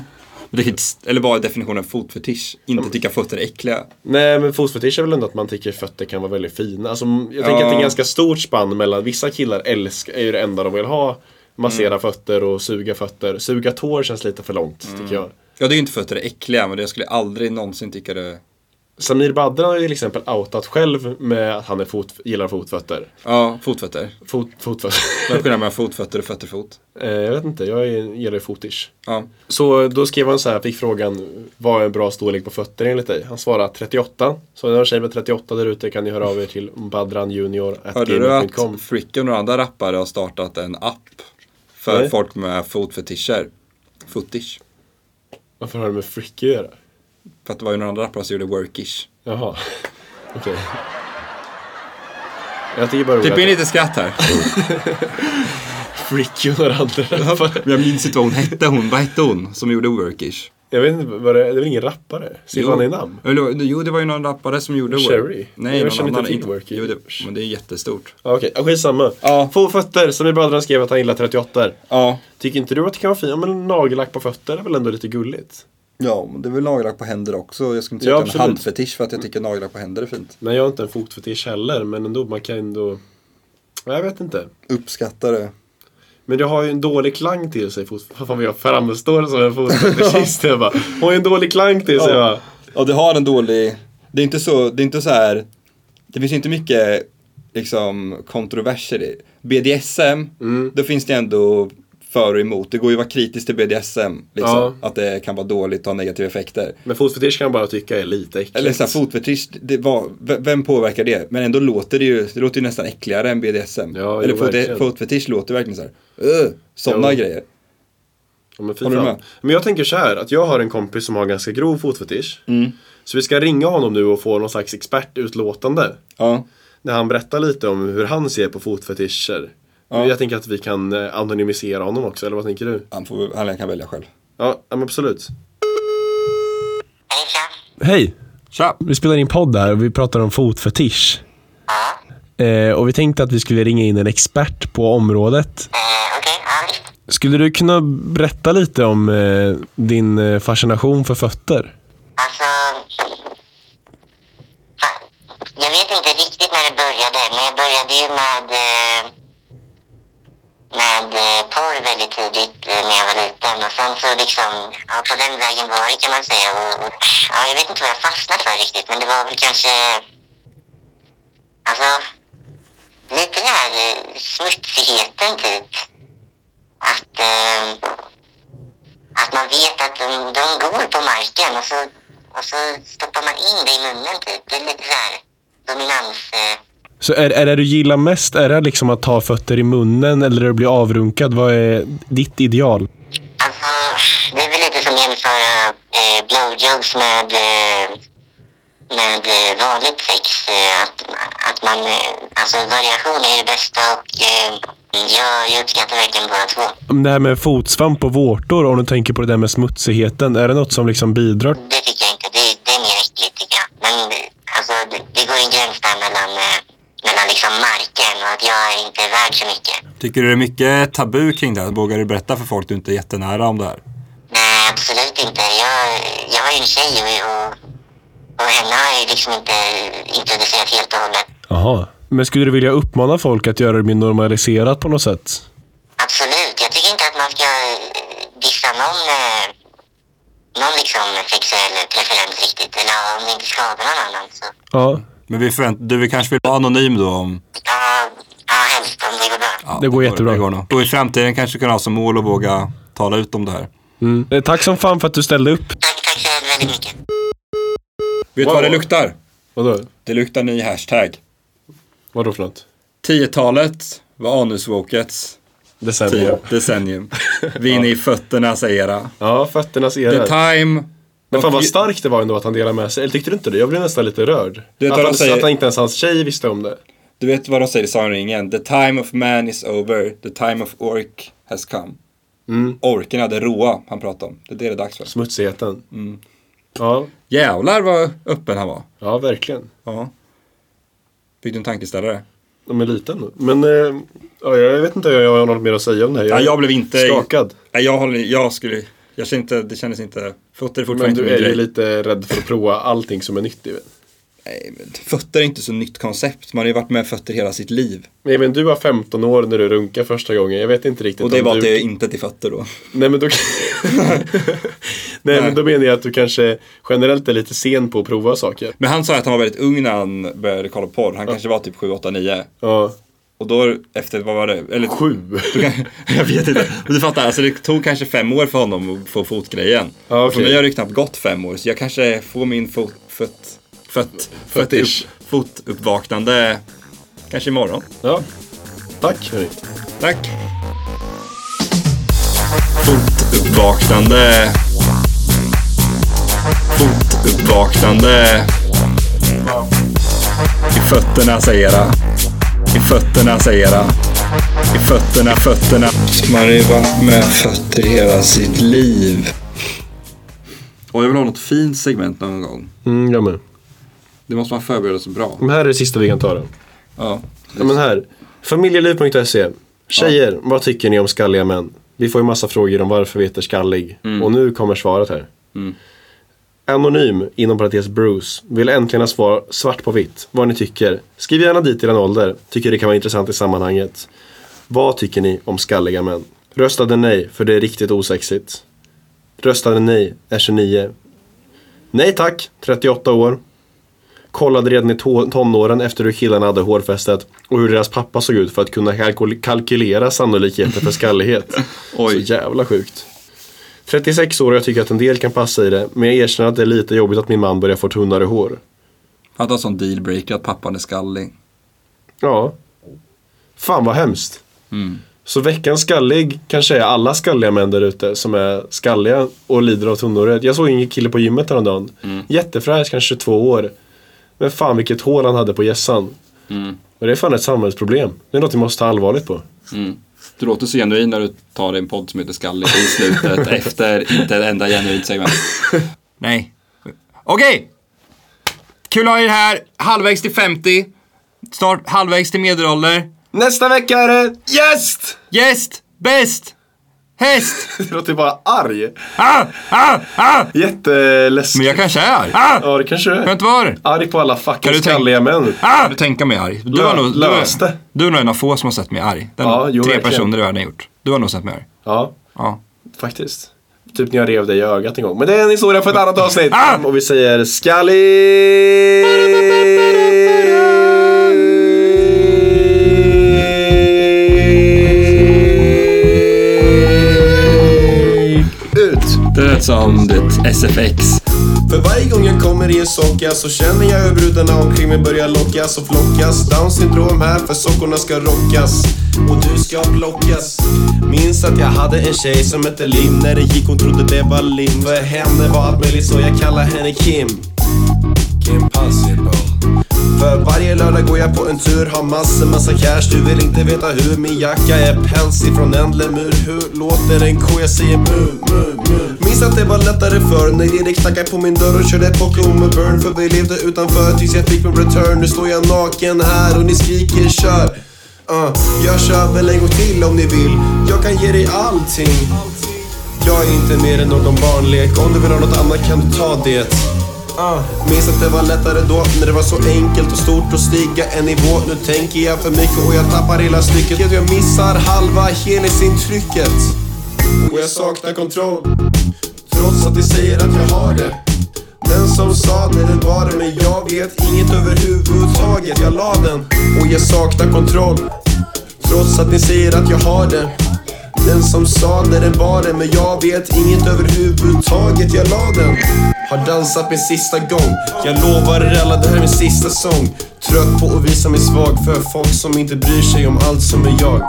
Eller vad är definitionen av fotfetisch? Inte mm. tycka fötter är äckliga. Nej, men fotfetisch är väl ändå att man tycker fötter kan vara väldigt fina. Alltså, jag ja. tänker att det är en ganska stort spann mellan vissa killar älskar, är ju det enda de vill ha. Massera mm. fötter och suga fötter. Suga tår känns lite för långt, mm. tycker jag. Ja, det är ju inte fötter är äckliga, men jag skulle aldrig någonsin tycka det... Samir Badran har ju till exempel outat själv med att han är fot, gillar fotfötter. Ja, fotfötter. Fot, fotfötter. Vad är skillnaden mellan fotfötter och fötterfot? Eh, jag vet inte, jag gillar ju fotish. Ja. Så då skrev han så här, fick frågan, vad är en bra storlek på fötter enligt dig? Han svarade trettioåtta. Så när jag säger med trettioåtta där ute kan ni höra av er till badranjunior at gmail dot com. Hörde du att Frick och några andra rappare har startat en app för Nej. folk med fotfetischer? Footish. Varför har det med Frick att göra? För att det var ju några andra rappare som gjorde workish. Jaha, okej. Okay. Jag tycker bara... Typ in lite skratt här. Frick och några andra rappare. Jag minns inte vad hon hette, hon. Vad hette hon som gjorde workish? Jag vet inte, var det, det är väl ingen rappare? Silvan i namn? Jo, det var ju någon rappare som gjorde Cherry? Work. Nej, jag någon annan annan. Inte workish. Jo, det, men det är jättestort. Okej, okay. skitsamma. Ja. Få fötter, som i bröderna skrev att han gillar trettioåtta. Ja. Tycker inte du att det kan vara fint? Ja, men nagellack på fötter är väl ändå lite gulligt? Ja, men det är väl nagellack på händer också. Jag skulle inte säga ja, att det är en handfetisch för att jag tycker nagellack på händer är fint. Nej, jag har inte en fotfetisch heller, men ändå, man kan ändå... Jag vet inte. Uppskattar det. Men det har ju en dålig klang till sig. Fan, jag framstår som en fotfetischist. Jag bara, har ju en dålig klang till sig. Ja. ja, det har en dålig... Det är inte så, det är inte så här... Det finns inte mycket liksom kontroverser i B D S M. Mm. Då finns det ändå för och emot. Det går ju att vara kritisk till B D S M. Liksom, ja. Att det kan vara dåligt och ha negativa effekter. Men fotfetisch kan man bara tycka är lite äckligt. Eller så här, fotfetisch, det var, vem påverkar det? Men ändå låter det ju, det låter ju nästan äckligare än B D S M. Ja, eller fot, fotfetisch låter verkligen så här. Uh, sådana grejer. Ja, men, fy fan. Men jag tänker så här, att jag har en kompis som har ganska grov fotfetisch. Mm. Så vi ska ringa honom nu och få någon slags expertutlåtande. Ja. När han berättar lite om hur han ser på fotfetischer. Ja. Jag tänker att vi kan anonymisera honom också, eller vad tänker du? Han, får, han kan välja själv. Ja, men absolut. Hej, Hej! Tja! Vi spelar in podd här och vi pratar om fotfetisch. ja. Eh, och vi tänkte att vi skulle ringa in en expert på området. Eh, okej, ja visst. Skulle du kunna berätta lite om eh, din eh, fascination för fötter? Alltså, fan, jag vet inte riktigt när det började, men jag började ju med, eh, med eh, porr väldigt tidigt eh, när jag var liten. Och sen så liksom, ja, på den vägen var det kan man säga. Och, och, ja, jag vet inte vad jag fastnade för riktigt, men det var väl kanske, alltså, lite den här eh, smutsigheten typ. Att, eh, att man vet att de, de går på marken och så, och så stoppar man in det i munnen typ. Det är lite så här dominans. Eh. Så är, är det du gillar mest, är det liksom att ta fötter i munnen eller att bli avrunkad? Vad är ditt ideal? Alltså, det är väl lite som jämföra eh, blowjobs med, eh, med eh, vanligt sex. Eh, att, att man, eh, alltså variation är det bästa och eh, jag, jag uppskattar verkligen båda två. Det här med fotsvamp och vårtor, om du tänker på det där med smutsigheten, är det något som liksom bidrar? Det tycker jag inte. Det, det är mer äckligt tycker jag. Men alltså, det, det går en gräns där mellan, eh, mellan liksom marken och att jag är inte är värd så mycket. Tycker du det är mycket tabu kring det här? Vågar du berätta för folk du inte är jättenära om det här? Nej, absolut inte. Jag, jag har ju en tjej och, och, och henne har jag liksom inte introducerat helt och hållet. Jaha. Men skulle du vilja uppmana folk att göra det mer normaliserat på något sätt? Absolut. Jag tycker inte att man ska dissa någon, eh, någon liksom sexuell preferens riktigt. Eller om det inte skadar någon annan. Så. Ja. Men vi förvänt- du vill kanske vill vara anonym då om... Ja, ja, helst om det går bra. Ja, Det går jättebra. Det går nog. Och i framtiden kanske kan ha som mål att våga tala ut om det här. Mm. Eh, Tack som fan för att du ställde upp. Tack, tack så väldigt mycket. Vet du Wow. vad det luktar? Vadå? Det luktar ny hashtag. Vadå för något? tiotalet var anuswokets Decennium. decennium. Vi är inne i fötternas era. Ja, fötternas The era. time... Men fan vad starkt det var ändå att han delade med sig. Eller tyckte du inte det? Jag blev nästan lite rörd. Du vet att, vad han, de säger- att han inte ens hans tjej visste om det. Du vet vad de säger i sångringen? The time of man is over. The time of ork has come. Mm. Orkerna, det råa han pratar om. Det är det det är dags för. Smutsigheten. Mm. Ja, Jävlar vad öppen han var. ja verkligen. Ja. Fick du en tankeställare? De är liten. Men eh, ja, jag vet inte om jag har något mer att säga om det här. Ja, jag blev inte... skakad. Nej, jag, håller, jag skulle... Jag kände inte... Det kändes inte... Fötter är fortfarande Men inte du min är ju grej. lite rädd för att prova allting som är nytt i det. Nej, men fötter är inte så nytt koncept. Man har ju varit med fötter hela sitt liv. Nej, men du var femton år när du runkade första gången. Jag vet inte riktigt Och det om var du... att det är inte till fötter då. Nej, men då... Nej, men då menar jag att du kanske generellt är lite sen på att prova saker. Men han sa att han var väldigt ung när han började kolla porr. Han kanske var typ sju, åtta, nio. Ja. Och då efter, vad var det? Eller, Sju? då kan, jag vet inte. Men du fattar, alltså det tog kanske fem år för honom att få fotgrejen. Ja, okej. För mig har det knappt gått fem år. Så jag kanske får min fot, fot, fot, fot, upp, Fetisch. fotuppvaknande kanske imorgon. Ja. Tack, hörni. Tack. Fotuppvaknande. Fotuppvaknande. I fötterna säger jag. I fötterna säger jag. I fötterna, fötterna. Man har ju varit med fötter hela sitt liv. Och jag vill ha något fint segment någon gång. Mm, jag med. Det måste man förbereda sig bra. Men här är det sista vi kan ta då. Ja. Ja, men här. Familjeliv punkt se. Tjejer, vad tycker ni om skalliga män? Vi får ju massa frågor om varför vi heter skallig. Mm. Och nu kommer svaret här. Mm. Anonym, inom parentes Bruce, vill äntligen ha svar svart på vitt. Vad ni tycker. Skriv gärna dit i den ålder. Tycker det kan vara intressant i sammanhanget. Vad tycker ni om skalliga män? Röstade nej, för det är riktigt osexigt. Röstade nej, är tjugonio. Nej tack, trettioåtta år. Kollade redan i to- tonåren efter hur killarna hade hårfästet och hur deras pappa såg ut för att kunna kalkyl- kalkylera sannolikheten för skallighet. Oj. Så jävla sjukt. trettiosex år och jag tycker att en del kan passa i det, men jag erkänner att det är lite jobbigt att min man börjar få tunnare hår. Att ha sån dealbreaker att pappan är skallig. Ja. Fan vad hemskt. Mm. Så veckans skallig kanske är alla skalliga män där ute som är skalliga och lider av tunnhåret. Jag såg en kille på gymmet häromdagen. Mm. Jättefräsch, kanske tjugotvå år. Men fan vilket hår han hade på gässan. Mm. Och det är fan ett samhällsproblem. Det är något vi måste ta allvarligt på. Mm. Du låter så genuin när du tar en podd som heter Skallig i slutet efter inte en enda genuint segment. Nej. Okej! Okay. Kul att ha er här. Halvvägs till femtio. Snart halvvägs till medelålder. Nästa vecka är det gäst! Gäst! Bäst! Häst! Det låter bara arg. Ah, ah, ah. Jätteläskigt. Men jag kanske är arg. Ah. Ja, det kanske är. Kan inte vara det? Arg på alla fucking du skalliga tänk- män. Ah. Kan du tänka mig arg? Du Lö- har nog, lös du, det. är, du är nog en av få som har sett mig arg. Den Ja, jo, tre verkligen. personer i världen har gjort. Du har nog sett mig arg. Ja, Ja. faktiskt. Typ när jag rev dig i ögat en gång. Men det är en historia för ett annat avsnitt. Ah. Och vi säger skallig ut. Det lät som det S F X. För varje gång jag kommer i en socka så känner jag hur brudarna omkring mig börjar lockas och flockas. Down syndrom här för sockorna ska rockas och du ska plockas. Minns att jag hade en tjej som hette Lim. När det gick hon trodde det var lim. För henne var allt möjligt så jag kallar henne Kim. Kim Possible. För varje lördag går jag på en tur, har massor, massa cash. Du vill inte veta hur min jacka är pälsig från en lemur. Hur låter en ko? Jag säger mu, mu, mu. Minns att det var lättare för när Erik knackade på min dörr och körde Pokémon Burn. För vi levde utanför tills jag fick min return. Nu står jag naken här och ni skriker kör. uh, Jag kör väl en gång till om ni vill. Jag kan ge dig allting. Jag är inte mer än någon barnlek. Om du vill ha något annat kan du ta det. Uh, minns att det var lättare då när det var så enkelt och stort att stiga en nivå. Nu tänker jag för mycket och jag tappar hela stycket. Jag missar halva helhetsintrycket och jag saknar kontroll. Trots att de säger att jag har det. Den som sa det, det var det. Men jag vet inget överhuvudtaget. Jag la den och jag saknar kontroll. Trots att ni säger att jag har det. Den som sa det, det var det. Men jag vet inget överhuvudtaget. Jag la den. Har dansat min sista gång. Jag lovar er alla, det här är min sista sång. Trött på att visa mig svag för folk som inte bryr sig om allt som är jag.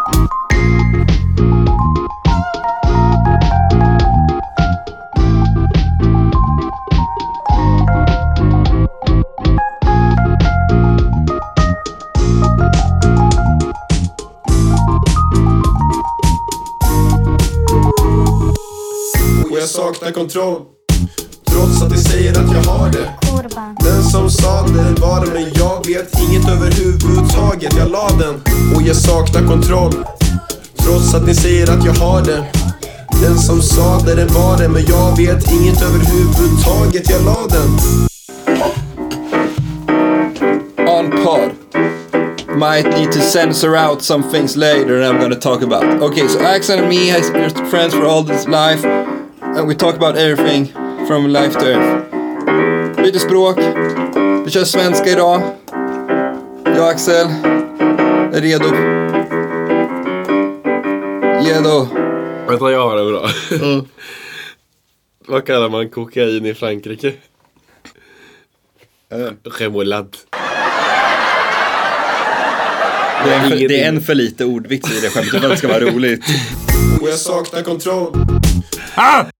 Och jag saknar kontroll. Trots att de säger att jag har det. Den som sa det, det var det. Men jag vet inget överhuvudtaget. Jag la den och jag saknar kontroll. Trots att ni säger att jag har det. Den som sa det, det var det. Men jag vet inget överhuvudtaget. Jag la den. On pod. Might need to censor out some things later I'm gonna talk about. Okay, so Axel and me has been friends for all this life. And we talk about everything from life to earth. Byter språk. Vi kör svenska idag. Jag och Axel är redo. Redo. Vänta, jag har det bra. Mm. Vad kallar man kokain i Frankrike? Mm. Remoulade. Det är, en för, det är en för lite ordvits i det skämtet för att det ska vara roligt. Och jag saknar kontroll. Ah!